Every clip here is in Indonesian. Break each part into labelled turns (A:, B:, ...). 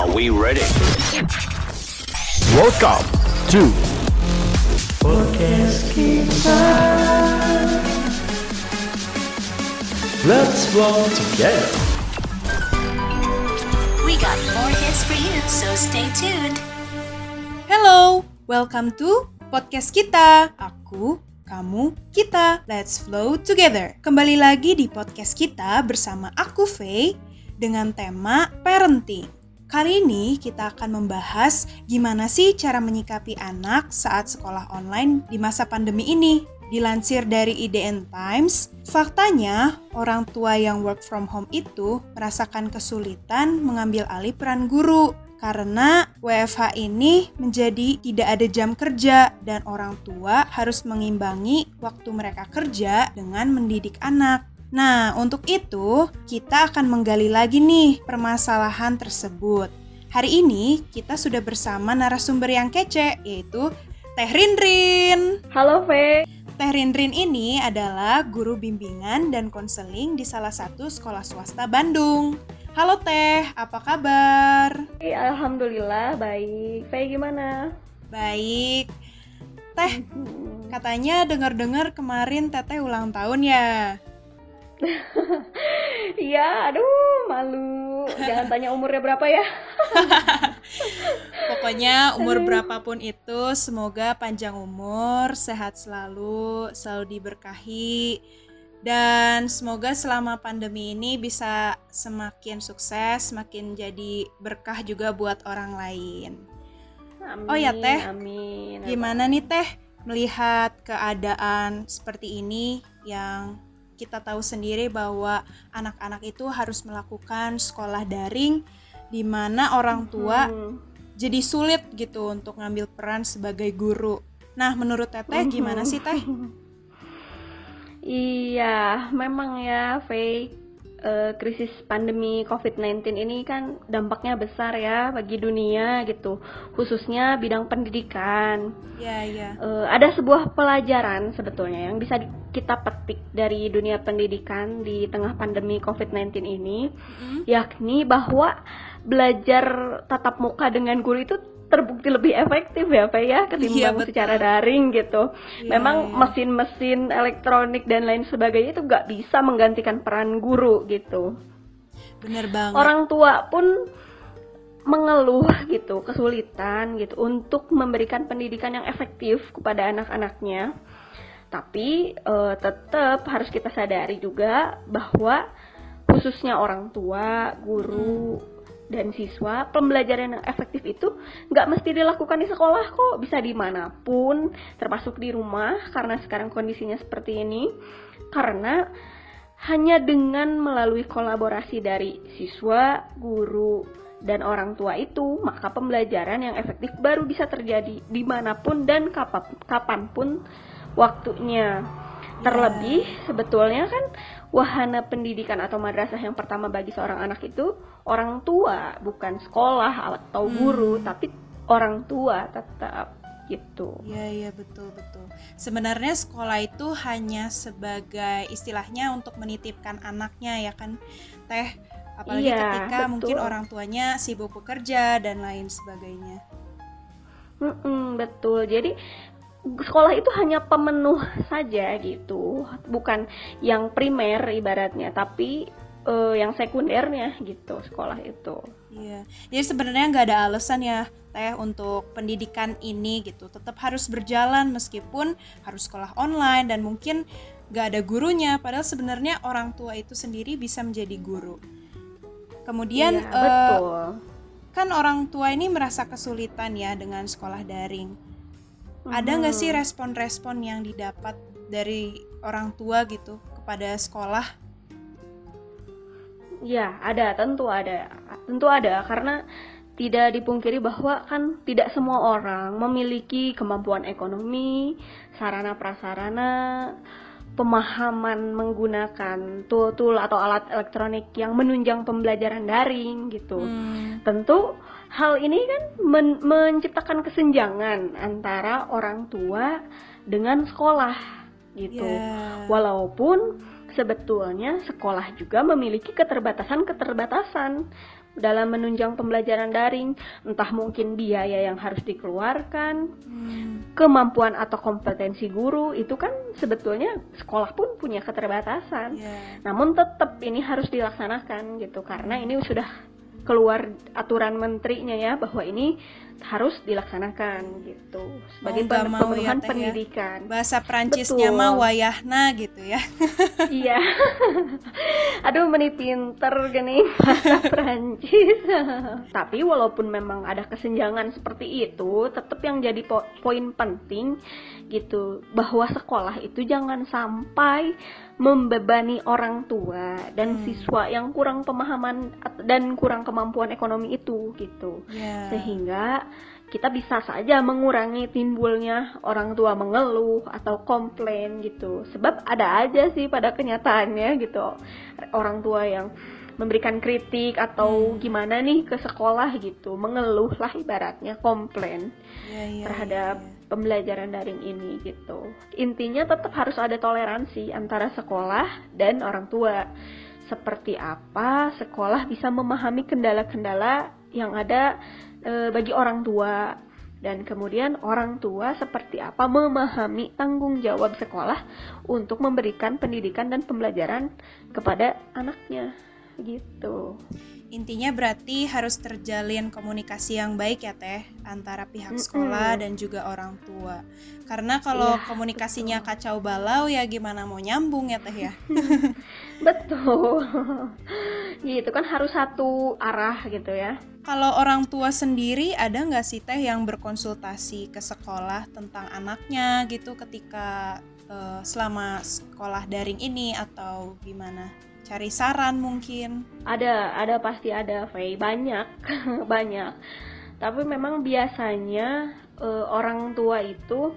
A: Are we ready?
B: Welcome to
C: Podcast kita. Let's flow together.
D: We got more hits for you, so stay tuned.
E: Hello, welcome to podcast kita. Aku, kamu, kita. Let's flow together. Kembali lagi di podcast kita bersama aku, Faye, dengan tema parenting. Kali ini kita akan membahas gimana sih cara menyikapi anak saat sekolah online di masa pandemi ini. Dilansir dari IDN Times, faktanya orang tua yang work from home itu merasakan kesulitan mengambil alih peran guru. Karena WFH ini menjadi tidak ada jam kerja dan orang tua harus mengimbangi waktu mereka kerja dengan mendidik anak. Nah, untuk itu kita akan menggali lagi nih permasalahan tersebut. Hari ini kita sudah bersama narasumber yang kece, yaitu Teh Rinrin.
F: Halo, Fe.
E: Teh Rinrin ini adalah guru bimbingan dan konseling di salah satu sekolah swasta Bandung. Halo Teh, apa kabar?
F: Alhamdulillah, baik. Fe, gimana?
E: Baik. Teh, katanya dengar-dengar kemarin Teteh ulang tahun ya?
F: Iya, aduh, malu. Jangan tanya umurnya berapa ya.
E: Pokoknya umur berapapun itu, semoga panjang umur, sehat selalu diberkahi. Dan semoga selama pandemi ini bisa semakin sukses, semakin jadi berkah juga buat orang lain.
F: Amin,
E: oh ya Teh,
F: amin.
E: Gimana nih Teh melihat keadaan seperti ini yang kita tahu sendiri bahwa anak-anak itu harus melakukan sekolah daring di mana orang tua jadi sulit gitu untuk ngambil peran sebagai guru. Nah, menurut Teteh gimana sih Teh?
F: Iya, memang ya, Faye, krisis pandemi COVID-19 ini kan dampaknya besar ya bagi dunia gitu, khususnya bidang pendidikan.
E: Iya.
F: Ada sebuah pelajaran sebetulnya yang bisa kita petik dari dunia pendidikan di tengah pandemi COVID-19 ini, yakni bahwa belajar tatap muka dengan guru itu terbukti lebih efektif ya, Pak ya, ketimbang secara daring gitu. Memang mesin-mesin elektronik dan lain sebagainya itu nggak bisa menggantikan peran guru gitu.
E: Bener banget.
F: Orang tua pun mengeluh gitu, kesulitan gitu untuk memberikan pendidikan yang efektif kepada anak-anaknya. Tapi tetap harus kita sadari juga bahwa khususnya orang tua, guru, dan siswa, pembelajaran yang efektif itu nggak mesti dilakukan di sekolah kok, bisa dimanapun, termasuk di rumah, karena sekarang kondisinya seperti ini. Karena hanya dengan melalui kolaborasi dari siswa, guru, dan orang tua itu, maka pembelajaran yang efektif baru bisa terjadi dimanapun dan kapanpun waktunya. Terlebih sebetulnya kan wahana pendidikan atau madrasah yang pertama bagi seorang anak itu orang tua, bukan sekolah atau guru, tapi orang tua tetap gitu.
E: Iya betul. Sebenarnya sekolah itu hanya sebagai istilahnya untuk menitipkan anaknya ya kan Teh, apalagi ketika mungkin orang tuanya sibuk bekerja dan lain sebagainya.
F: Betul. Jadi sekolah itu hanya pemenuh saja gitu, bukan yang primer ibaratnya, tapi yang sekundernya gitu sekolah itu.
E: Iya, jadi sebenarnya nggak ada alasan ya Teh untuk pendidikan ini gitu, tetap harus berjalan meskipun harus sekolah online dan mungkin nggak ada gurunya, padahal sebenarnya orang tua itu sendiri bisa menjadi guru. Kemudian
F: betul.
E: Kan orang tua ini merasa kesulitan ya dengan sekolah daring. Ada nggak sih respon-respon yang didapat dari orang tua gitu kepada sekolah?
F: Ya, tentu ada, karena tidak dipungkiri bahwa kan tidak semua orang memiliki kemampuan ekonomi, sarana prasarana, pemahaman menggunakan tool atau alat elektronik yang menunjang pembelajaran daring gitu. Tentu hal ini kan menciptakan kesenjangan antara orang tua dengan sekolah gitu. Walaupun sebetulnya sekolah juga memiliki keterbatasan dalam menunjang pembelajaran daring, entah mungkin biaya yang harus dikeluarkan, kemampuan atau kompetensi guru, itu kan sebetulnya sekolah pun punya keterbatasan. Namun tetap ini harus dilaksanakan gitu, karena ini sudah keluar aturan menterinya ya, bahwa ini harus dilaksanakan gitu sebagai pemenuhan pendidikan.
E: Bahasa Prancisnya mah wayahna gitu ya.
F: Iya. Aduh, meni pinter gini bahasa Prancis. Tapi walaupun memang ada kesenjangan seperti itu, tetap yang jadi poin penting gitu, bahwa sekolah itu jangan sampai membebani orang tua dan siswa yang kurang pemahaman dan kurang kemampuan ekonomi itu gitu. Sehingga kita bisa saja mengurangi timbulnya orang tua mengeluh atau komplain gitu. Sebab ada aja sih pada kenyataannya gitu, orang tua yang memberikan kritik atau gimana nih ke sekolah gitu, mengeluh lah ibaratnya, komplain terhadap pembelajaran daring ini gitu. Intinya tetap harus ada toleransi antara sekolah dan orang tua. Seperti apa sekolah bisa memahami kendala-kendala yang ada bagi orang tua, dan kemudian orang tua seperti apa memahami tanggung jawab sekolah untuk memberikan pendidikan dan pembelajaran kepada anaknya gitu.
E: Intinya berarti harus terjalin komunikasi yang baik ya Teh, antara pihak sekolah dan juga orang tua. Karena kalau komunikasinya kacau balau ya gimana mau nyambung ya Teh ya.
F: Betul. Gitu kan harus satu arah gitu ya.
E: Kalau orang tua sendiri ada nggak sih Teh yang berkonsultasi ke sekolah tentang anaknya gitu ketika selama sekolah daring ini atau gimana? Cari saran mungkin?
F: Ada pasti ada, Faye. Banyak, banyak. Tapi memang biasanya orang tua itu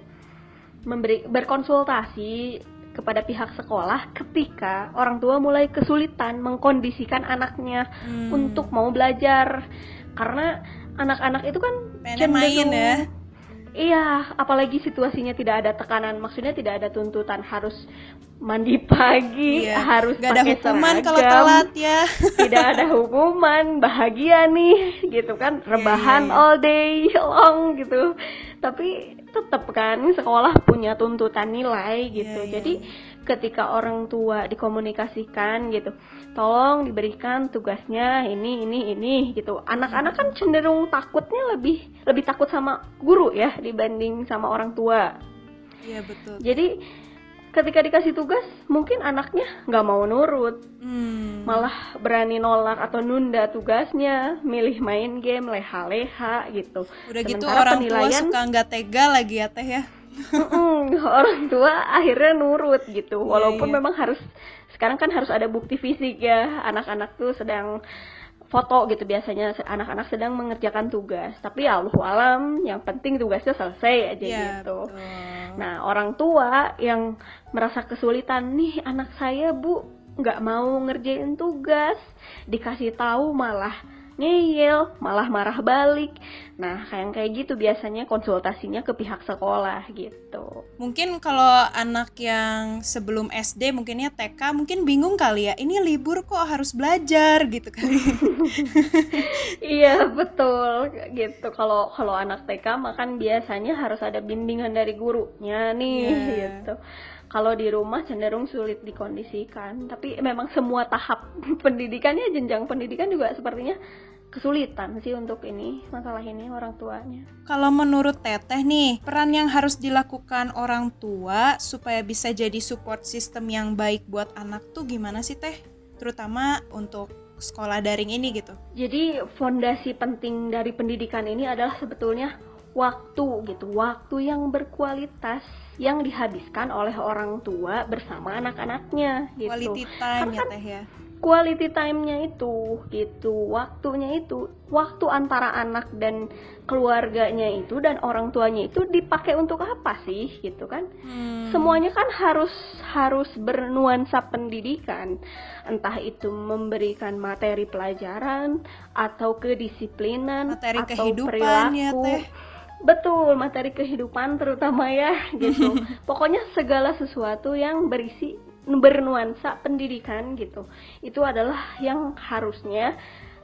F: berkonsultasi kepada pihak sekolah ketika orang tua mulai kesulitan mengkondisikan anaknya untuk mau belajar. Karena anak-anak itu kan
E: pengen main ya.
F: Iya, apalagi situasinya tidak ada tekanan, maksudnya tidak ada tuntutan harus mandi pagi, harus
E: gak ada
F: pakai
E: hukuman
F: seragam,
E: kalau telat ya.
F: Tidak ada hukuman, bahagia nih, gitu kan, rebahan all day long gitu. Tapi tetap kan sekolah punya tuntutan nilai gitu. Jadi ketika orang tua dikomunikasikan gitu, tolong diberikan tugasnya ini gitu. Anak-anak kan cenderung takutnya lebih takut sama guru ya dibanding sama orang tua.
E: Iya betul.
F: Jadi ketika dikasih tugas mungkin anaknya nggak mau nurut, malah berani nolak atau nunda tugasnya, milih main game, leha-leha gitu.
E: Udah gitu
F: Sementara
E: orang tua suka nggak tega lagi ya Teh ya.
F: Orang tua akhirnya nurut gitu, walaupun memang sekarang kan harus ada bukti fisik ya, anak-anak tuh sedang foto gitu, biasanya anak-anak sedang mengerjakan tugas, tapi ya Allahu alam yang penting tugasnya selesai aja gitu. Betul. Nah orang tua yang merasa kesulitan, nih anak saya bu nggak mau ngerjain tugas, dikasih tahu malah ngeyel, malah marah balik. Nah, kayak gitu biasanya konsultasinya ke pihak sekolah gitu.
E: Mungkin kalau anak yang sebelum SD mungkinnya TK mungkin bingung kali ya, ini libur kok harus belajar gitu kali.
F: Iya, betul gitu. Kalau anak TK makan biasanya harus ada bimbingan dari gurunya nih gitu. Kalau di rumah cenderung sulit dikondisikan, tapi memang semua tahap pendidikannya, jenjang pendidikan juga sepertinya kesulitan sih untuk masalah ini orang tuanya.
E: Kalau menurut Teteh nih, peran yang harus dilakukan orang tua supaya bisa jadi support system yang baik buat anak tuh gimana sih Teh? Terutama untuk sekolah daring ini gitu.
F: Jadi fondasi penting dari pendidikan ini adalah sebetulnya waktu gitu, waktu yang berkualitas yang dihabiskan oleh orang tua bersama anak-anaknya gitu.
E: Quality time ya Teh ya.
F: Quality time-nya itu gitu, waktunya itu, waktu antara anak dan keluarganya itu dan orang tuanya itu dipakai untuk apa sih gitu kan? Semuanya kan harus bernuansa pendidikan, entah itu memberikan materi pelajaran atau kedisiplinan
E: materi
F: atau
E: kehidupan
F: perilaku.
E: Ya Teh.
F: Betul, materi kehidupan terutama ya gitu. Pokoknya segala sesuatu yang bernuansa pendidikan gitu. Itu adalah yang harusnya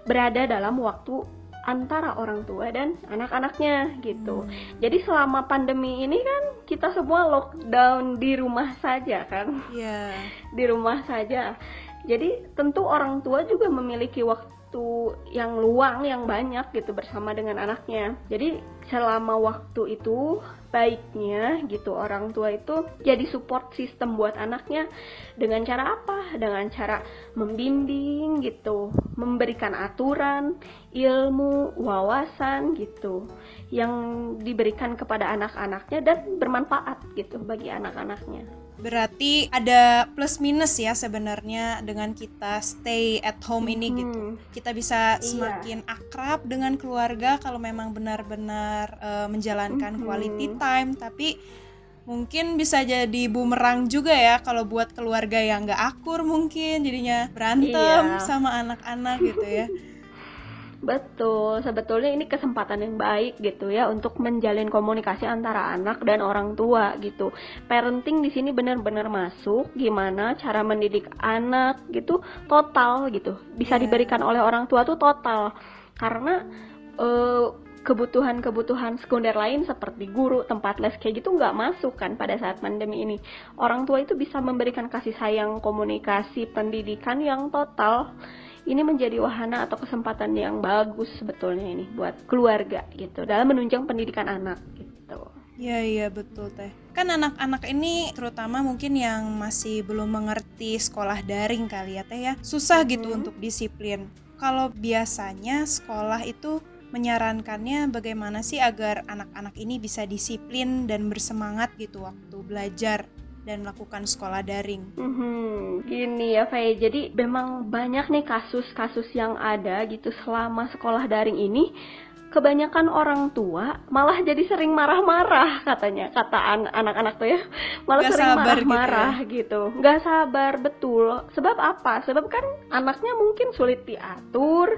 F: berada dalam waktu antara orang tua dan anak-anaknya gitu. Jadi selama pandemi ini kan kita semua lockdown di rumah saja kan.
E: Iya.
F: Di rumah saja. Jadi tentu orang tua juga memiliki waktu yang luang yang banyak gitu bersama dengan anaknya. Jadi selama waktu itu baiknya gitu orang tua itu jadi support system buat anaknya dengan cara apa? Dengan cara membimbing gitu, memberikan aturan, ilmu, wawasan gitu yang diberikan kepada anak-anaknya dan bermanfaat gitu bagi anak-anaknya.
E: Berarti ada plus minus ya sebenarnya dengan kita stay at home ini gitu. Kita bisa semakin akrab dengan keluarga kalau memang benar-benar menjalankan quality time, tapi mungkin bisa jadi bumerang juga ya kalau buat keluarga yang nggak akur mungkin jadinya berantem sama anak-anak gitu ya.
F: Betul, sebetulnya ini kesempatan yang baik gitu ya untuk menjalin komunikasi antara anak dan orang tua gitu. Parenting di sini benar-benar masuk gimana cara mendidik anak gitu total gitu. Bisa diberikan oleh orang tua tuh total. Karena kebutuhan-kebutuhan sekunder lain seperti guru, tempat les kayak gitu nggak masuk kan pada saat pandemi ini. Orang tua itu bisa memberikan kasih sayang, komunikasi, pendidikan yang total. Ini menjadi wahana atau kesempatan yang bagus sebetulnya ini buat keluarga gitu dalam menunjang pendidikan anak gitu.
E: Iya betul teh. Kan anak-anak ini terutama mungkin yang masih belum mengerti sekolah daring kali ya teh ya. Susah gitu untuk disiplin. Kalau biasanya sekolah itu menyarankannya bagaimana sih agar anak-anak ini bisa disiplin dan bersemangat gitu waktu belajar dan melakukan sekolah daring.
F: Gini ya Faye, jadi memang banyak nih kasus-kasus yang ada gitu selama sekolah daring ini. Kebanyakan orang tua malah jadi sering marah-marah katanya, kata anak-anak tuh ya, malah
E: Gak
F: sering
E: sabar
F: marah-marah gitu, nggak sabar, betul. Sebab apa? Sebab kan anaknya mungkin sulit diatur,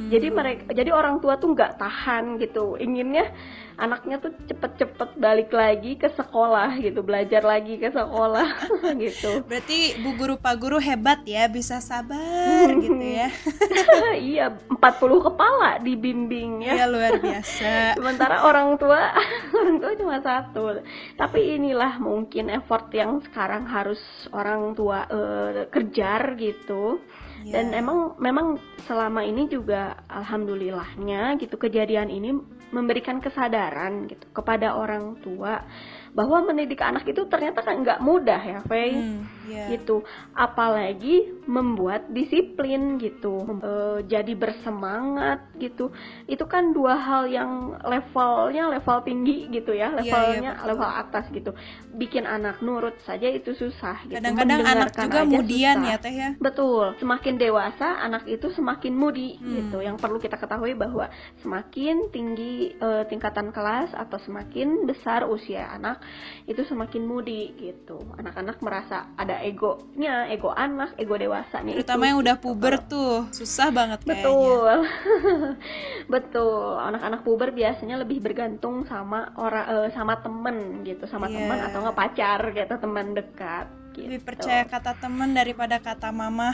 F: jadi orang tua tuh nggak tahan gitu, inginnya anaknya tuh cepet-cepet balik lagi ke sekolah gitu, belajar lagi ke sekolah gitu.
E: Berarti bu guru pak guru hebat ya, bisa sabar gitu ya.
F: Iya, 40 kepala dibimbing ya.
E: Iya luar biasa.
F: Sementara orang tua cuma satu. Tapi inilah mungkin effort yang sekarang harus orang tua kejar gitu. Dan memang selama ini juga alhamdulillahnya gitu kejadian ini memberikan kesadaran gitu kepada orang tua bahwa mendidik anak itu ternyata kan nggak mudah ya Faye. Gitu, apalagi membuat disiplin gitu, jadi bersemangat gitu. Itu kan dua hal yang levelnya level tinggi gitu ya, levelnya level atas gitu. Bikin anak nurut saja itu susah gitu.
E: Kadang-kadang anak juga mudian ya teh ya.
F: Betul, semakin dewasa anak itu semakin mudi gitu. Yang perlu kita ketahui bahwa semakin tinggi tingkatan kelas atau semakin besar usia anak itu semakin mudi gitu. Anak-anak merasa ada egonya, ego anak, ego dewasanya.
E: Terutama itu, yang udah puber tuh susah banget kayaknya.
F: Betul. Betul. Anak-anak puber biasanya lebih bergantung sama orang sama temen gitu, sama teman atau nggak pacar gitu, teman dekat. Gitu.
E: Lebih percaya kata teman daripada kata mama.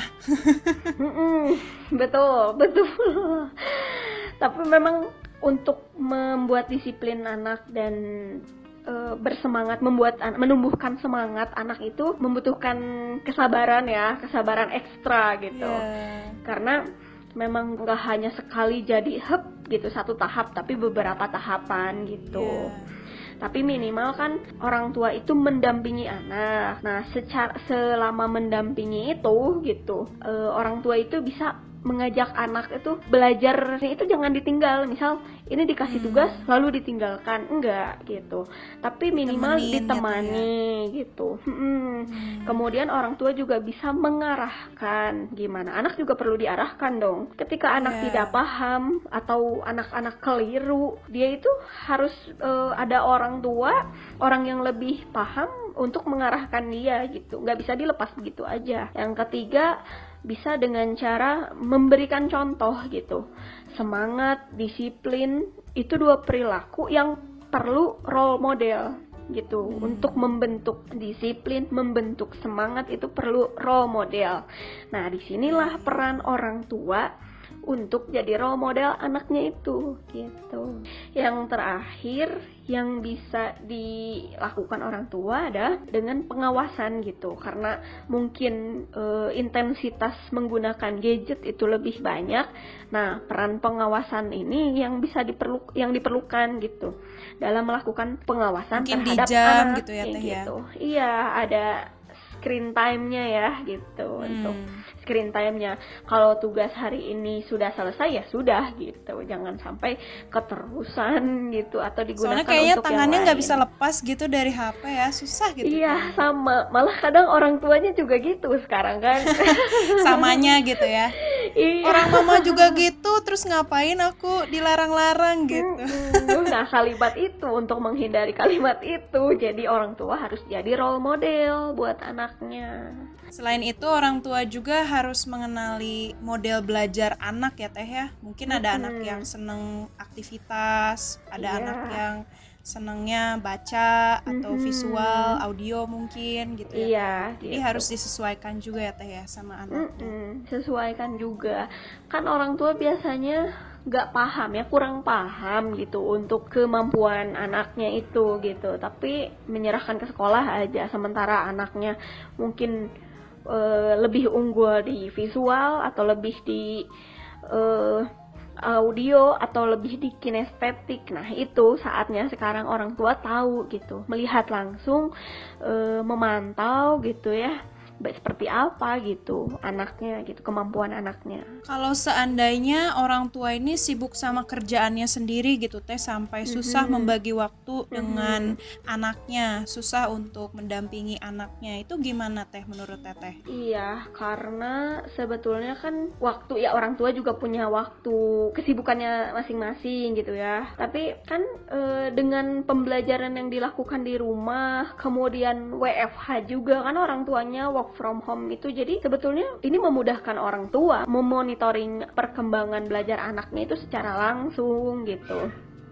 F: Betul. Tapi memang untuk membuat disiplin anak dan bersemangat, menumbuhkan semangat anak itu membutuhkan kesabaran ya, kesabaran ekstra gitu. Karena memang nggak hanya sekali jadi gitu satu tahap, tapi beberapa tahapan gitu. Tapi minimal kan orang tua itu mendampingi anak. Nah, selama mendampingi itu gitu, orang tua itu bisa mengajak anak itu belajar itu jangan ditinggal. Misal ini dikasih tugas lalu ditinggalkan, enggak gitu. Tapi minimal ditemani gitu. Kemudian orang tua juga bisa mengarahkan gimana. Anak juga perlu diarahkan dong. Ketika anak tidak paham atau anak-anak keliru, dia itu harus ada orang tua, orang yang lebih paham untuk mengarahkan dia gitu. Nggak bisa dilepas begitu aja. Yang ketiga, bisa dengan cara memberikan contoh gitu. Semangat, disiplin, itu dua perilaku yang perlu role model gitu. Untuk membentuk disiplin, membentuk semangat itu perlu role model. Nah, disinilah peran orang tua untuk jadi role model anaknya itu gitu. Yang terakhir yang bisa dilakukan orang tua adalah dengan pengawasan gitu, karena mungkin intensitas menggunakan gadget itu lebih banyak. Nah, peran pengawasan ini yang diperlukan gitu dalam melakukan pengawasan
E: mungkin
F: terhadap
E: di jam
F: anak
E: gitu ya Teh ya.
F: gitu. Iya, ada screen time-nya ya gitu. Untuk screen time-nya, kalau tugas hari ini sudah selesai ya sudah gitu, jangan sampai keterusan gitu atau digunakan
E: soalnya kayaknya
F: untuk
E: tangannya
F: yang
E: nggak
F: lain.
E: bisa lepas gitu dari HP ya, susah gitu.
F: Iya, sama, malah kadang orang tuanya juga gitu sekarang kan.
E: Samanya gitu ya.
F: Iya.
E: Orang mama juga gitu, terus ngapain aku dilarang-larang gitu.
F: Nah, kalimat itu, untuk menghindari kalimat itu, jadi orang tua harus jadi role model buat anaknya.
E: Selain itu orang tua juga harus mengenali model belajar anak ya Teh ya. Mungkin ada anak yang seneng aktivitas, ada
F: Iya.
E: anak yang senengnya baca atau visual, audio mungkin gitu ya.
F: Iya,
E: Jadi
F: gitu.
E: harus disesuaikan juga ya Teh ya sama anaknya.
F: Sesuaikan juga. Kan orang tua biasanya nggak paham ya, kurang paham gitu untuk kemampuan anaknya itu gitu. Tapi menyerahkan ke sekolah aja, sementara anaknya mungkin lebih unggul di visual atau lebih di audio atau lebih di kinestetik. Nah, itu saatnya sekarang orang tua tahu gitu, melihat langsung, memantau gitu ya, seperti apa gitu anaknya gitu, kemampuan anaknya.
E: Kalau seandainya orang tua ini sibuk sama kerjaannya sendiri gitu Teh, sampai susah membagi waktu dengan anaknya, susah untuk mendampingi anaknya, itu gimana Teh menurut Teteh?
F: Iya, karena sebetulnya kan waktu ya, orang tua juga punya waktu kesibukannya masing-masing gitu ya. Tapi kan dengan pembelajaran yang dilakukan di rumah, kemudian WFH juga kan orang tuanya work from home itu, jadi sebetulnya ini memudahkan orang tua memonitoring perkembangan belajar anaknya itu secara langsung gitu.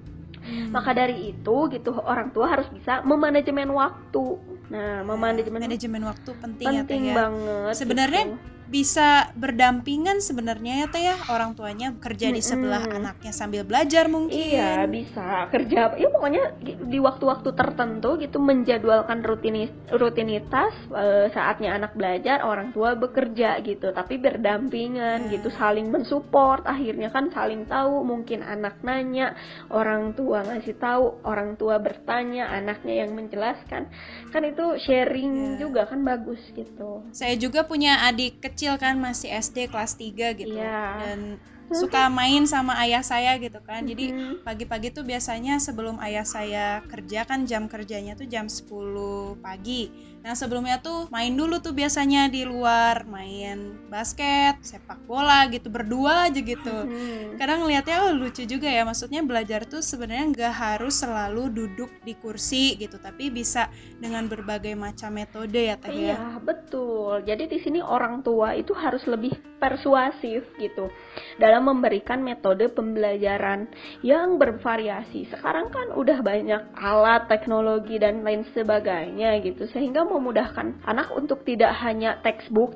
F: Maka dari itu gitu, orang tua harus bisa memanajemen waktu. Nah,
E: manajemen waktu penting ya Teh ya.
F: banget.
E: Sebenarnya
F: gitu.
E: bisa berdampingan sebenarnya ya Teh ya, orang tuanya kerja di sebelah anaknya sambil belajar mungkin.
F: Iya, bisa kerja. Ya pokoknya di waktu-waktu tertentu gitu, menjadwalkan rutinitas, saatnya anak belajar, orang tua bekerja gitu, tapi berdampingan gitu, saling mensupport. Akhirnya kan saling tahu, mungkin anak nanya, orang tua ngasih tahu, orang tua bertanya, anaknya yang menjelaskan. Kan itu sharing juga kan bagus gitu.
E: Saya juga punya adik kecil kan, masih SD kelas 3 gitu.
F: Iya.
E: Dan suka main sama ayah saya gitu kan. Jadi pagi-pagi tuh biasanya sebelum ayah saya kerja, kan jam kerjanya tuh jam 10 pagi. Nah, sebelumnya tuh main dulu tuh biasanya di luar, main basket, sepak bola gitu, berdua aja gitu. Kadang ngeliatnya lucu juga ya, maksudnya belajar tuh sebenarnya nggak harus selalu duduk di kursi gitu, tapi bisa dengan berbagai macam metode ya Teh ya.
F: Iya, betul. Jadi di sini orang tua itu harus lebih persuasif gitu dalam memberikan metode pembelajaran yang bervariasi. Sekarang kan udah banyak alat, teknologi dan lain sebagainya gitu, sehingga memudahkan anak untuk tidak hanya textbook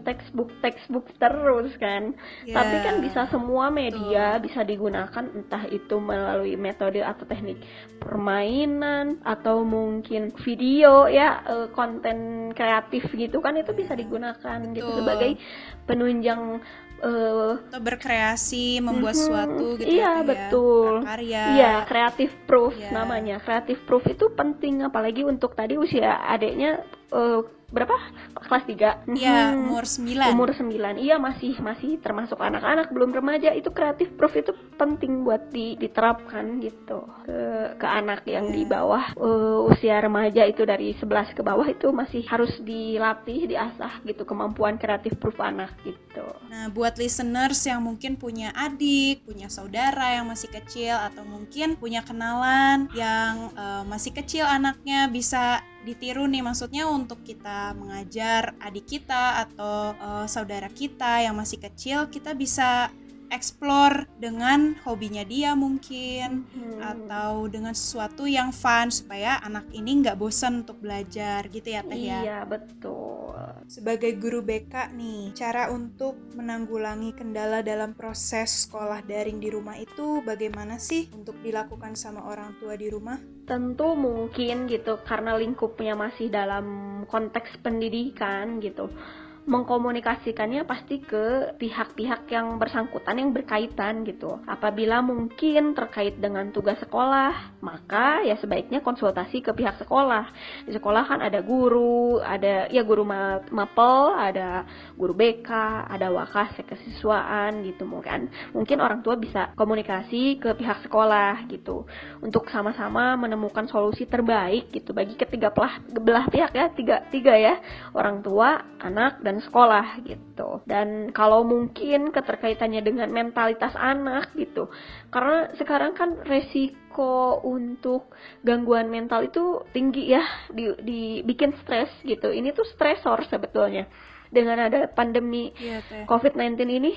F: terus kan. Tapi kan bisa semua media bisa digunakan, entah itu melalui metode atau teknik permainan atau mungkin video ya, konten kreatif gitu kan, itu bisa digunakan gitu sebagai penunjang
E: atau berkreasi, membuat sesuatu gitu
F: iya,
E: ya,
F: betul.
E: karya.
F: Iya, creative proof
E: Iya.
F: namanya. Creative proof itu penting, apalagi untuk tadi usia adiknya berapa? Kelas 3.
E: Iya, umur 9.
F: Umur 9. Iya, masih termasuk anak-anak, belum remaja. Itu creative proof itu penting buat diterapkan gitu ke anak yang di bawah usia remaja, itu dari 11 ke bawah, itu masih harus dilatih, diasah gitu kemampuan creative proof anak gitu.
E: Nah, buat listeners yang mungkin punya adik, punya saudara yang masih kecil, atau mungkin punya kenalan yang masih kecil anaknya, bisa ditiru nih, maksudnya untuk kita mengajar adik kita atau saudara kita yang masih kecil, kita bisa explore dengan hobinya dia mungkin, atau dengan sesuatu yang fun supaya anak ini nggak bosan untuk belajar gitu ya Teh ya.
F: Iya, betul.
E: Sebagai guru BK nih, cara untuk menanggulangi kendala dalam proses sekolah daring di rumah itu bagaimana sih untuk dilakukan sama orang tua di rumah?
F: Tentu mungkin gitu, karena lingkupnya masih dalam konteks pendidikan gitu, mengkomunikasikannya pasti ke pihak-pihak yang bersangkutan yang berkaitan gitu. Apabila mungkin terkait dengan tugas sekolah, maka ya sebaiknya konsultasi ke pihak sekolah. Di sekolah kan ada guru, ada ya guru mapel, ada guru BK, ada wakase kesiswaan gitu. Mungkin orang tua bisa komunikasi ke pihak sekolah gitu untuk sama-sama menemukan solusi terbaik gitu bagi ketiga belah pihak ya, tiga ya, orang tua, anak, dan sekolah gitu. Dan kalau mungkin keterkaitannya dengan mentalitas anak gitu, karena sekarang kan resiko untuk gangguan mental itu tinggi ya, dibikin stres gitu. Ini tuh stresor sebetulnya. Dengan ada pandemi COVID-19 ini,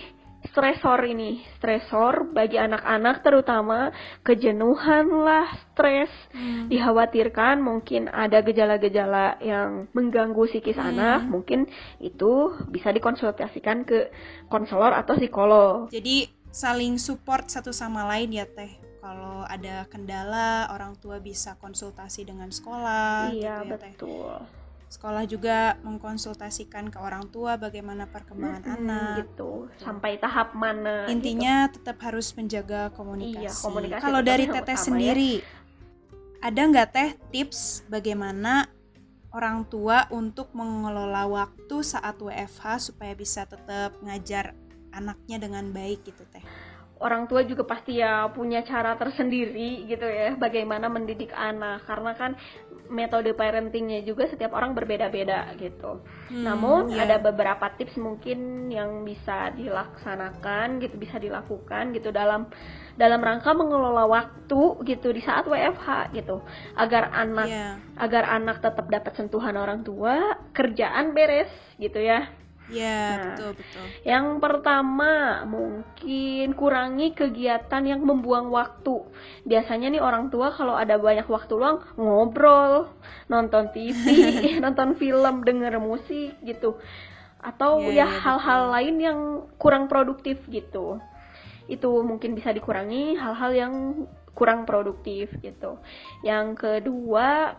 F: stresor bagi anak-anak, terutama kejenuhan lah, stres, dikhawatirkan mungkin ada gejala-gejala yang mengganggu psikis anak, mungkin itu bisa dikonsultasikan ke konselor atau psikolog.
E: Jadi saling support satu sama lain ya Teh. Kalau ada kendala, orang tua bisa konsultasi dengan sekolah.
F: Iya,
E: gitu ya, Teh.
F: betul.
E: Sekolah juga mengkonsultasikan ke orang tua bagaimana perkembangan anak
F: gitu, sampai tahap mana.
E: Intinya tetap harus menjaga komunikasi.
F: Iya, komunikasi
E: Kalau
F: itu
E: dari
F: yang
E: Teteh
F: utama
E: sendiri, ada nggak Teh tips bagaimana orang tua untuk mengelola waktu saat WFH supaya bisa tetap ngajar anaknya dengan baik gitu Teh?
F: Orang tua juga pasti ya punya cara tersendiri gitu ya, bagaimana mendidik anak, karena kan metode parentingnya juga setiap orang berbeda-beda gitu. Namun ada beberapa tips mungkin yang bisa dilaksanakan gitu, bisa dilakukan gitu dalam rangka mengelola waktu gitu di saat WFH gitu, agar anak tetap dapat sentuhan orang tua, kerjaan beres gitu ya.
E: Ya, betul.
F: Yang pertama, mungkin kurangi kegiatan yang membuang waktu. Biasanya nih orang tua kalau ada banyak waktu luang, ngobrol, nonton TV, nonton film, denger musik gitu. Atau hal-hal lain yang kurang produktif gitu. Itu mungkin bisa dikurangi, hal-hal yang kurang produktif gitu. Yang kedua,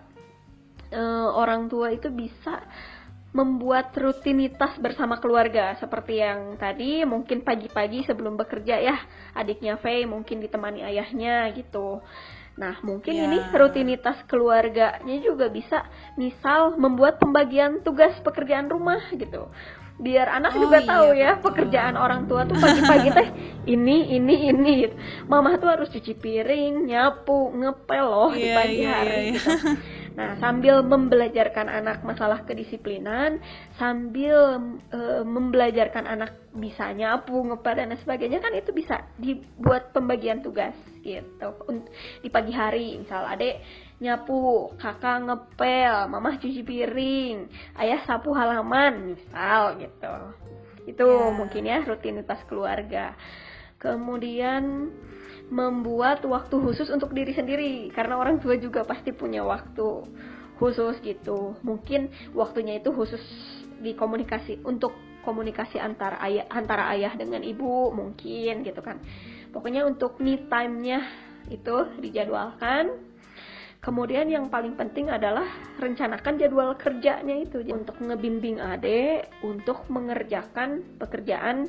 F: orang tua itu bisa membuat rutinitas bersama keluarga, seperti yang tadi mungkin pagi-pagi sebelum bekerja ya, adiknya Faye mungkin ditemani ayahnya gitu. Nah mungkin ini rutinitas keluarganya juga bisa, misal membuat pembagian tugas pekerjaan rumah gitu, biar anak juga tahu ya pekerjaan orang tua tuh pagi-pagi teh ini gitu. Mama tuh harus cuci piring, nyapu, ngepel loh di pagi hari gitu. Nah, sambil membelajarkan anak masalah kedisiplinan, sambil membelajarkan anak bisa nyapu, ngepel dan sebagainya, kan itu bisa dibuat pembagian tugas gitu. Di pagi hari, misal adek nyapu, kakak ngepel, mamah cuci piring, ayah sapu halaman, misal gitu. Itu mungkin ya rutinitas keluarga. Kemudian membuat waktu khusus untuk diri sendiri, karena orang tua juga pasti punya waktu khusus gitu. Mungkin waktunya itu khusus untuk komunikasi antara ayah dengan ibu mungkin gitu kan. Pokoknya untuk me time-nya itu dijadwalkan. Kemudian yang paling penting adalah rencanakan jadwal kerjanya itu untuk ngebimbing adik untuk mengerjakan pekerjaan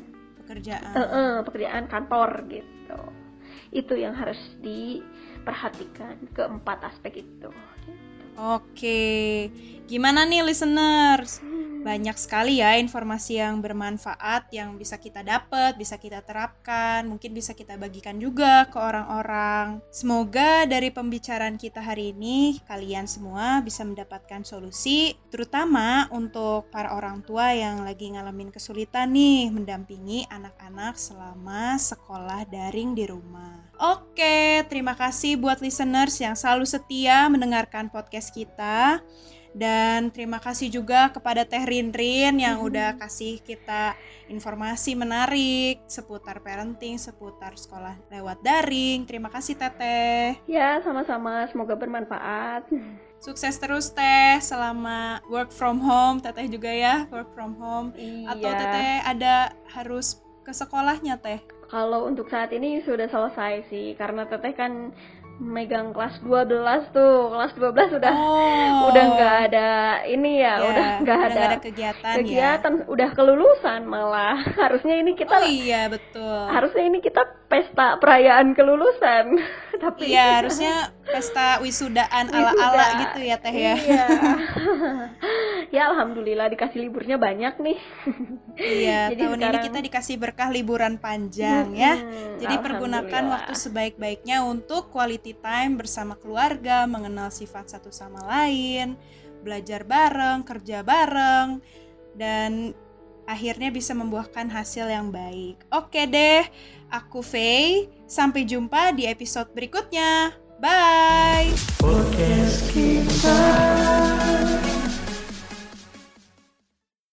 F: kantor gitu. Itu yang harus diperhatikan, keempat aspek itu.
E: Oke, gimana nih listeners? Banyak sekali ya informasi yang bermanfaat yang bisa kita dapat, bisa kita terapkan, mungkin bisa kita bagikan juga ke orang-orang. Semoga dari pembicaraan kita hari ini, kalian semua bisa mendapatkan solusi, terutama untuk para orang tua yang lagi ngalamin kesulitan nih mendampingi anak-anak selama sekolah daring di rumah. Oke, terima kasih buat listeners yang selalu setia mendengarkan podcast kita. Dan terima kasih juga kepada Teh Rinrin yang udah kasih kita informasi menarik seputar parenting, seputar sekolah lewat daring. Terima kasih Teteh.
F: Ya, sama-sama. Semoga bermanfaat.
E: Sukses terus Teh selama work from home. Teteh juga ya work from home.
F: Iya.
E: Atau Teteh ada harus ke sekolahnya Teh?
F: Kalau untuk saat ini sudah selesai sih, karena Teteh kan megang kelas 12 tuh. Kelas 12 udah nggak ada ini ya, udah nggak ada
E: kegiatan,
F: udah kelulusan malah. Harusnya ini kita
E: betul.
F: Harusnya ini kita pesta perayaan kelulusan. Tapi
E: iya, harusnya pesta wisudaan ala-ala gitu ya Teh ya.
F: Iya. Ya alhamdulillah dikasih liburnya banyak nih.
E: Iya, tahun ini kita dikasih berkah liburan panjang ya. Jadi pergunakan waktu sebaik-baiknya untuk quality time bersama keluarga, mengenal sifat satu sama lain, belajar bareng, kerja bareng, dan akhirnya bisa membuahkan hasil yang baik. Oke deh, aku Faye. Sampai jumpa di episode berikutnya. Bye!
C: Podcast kita.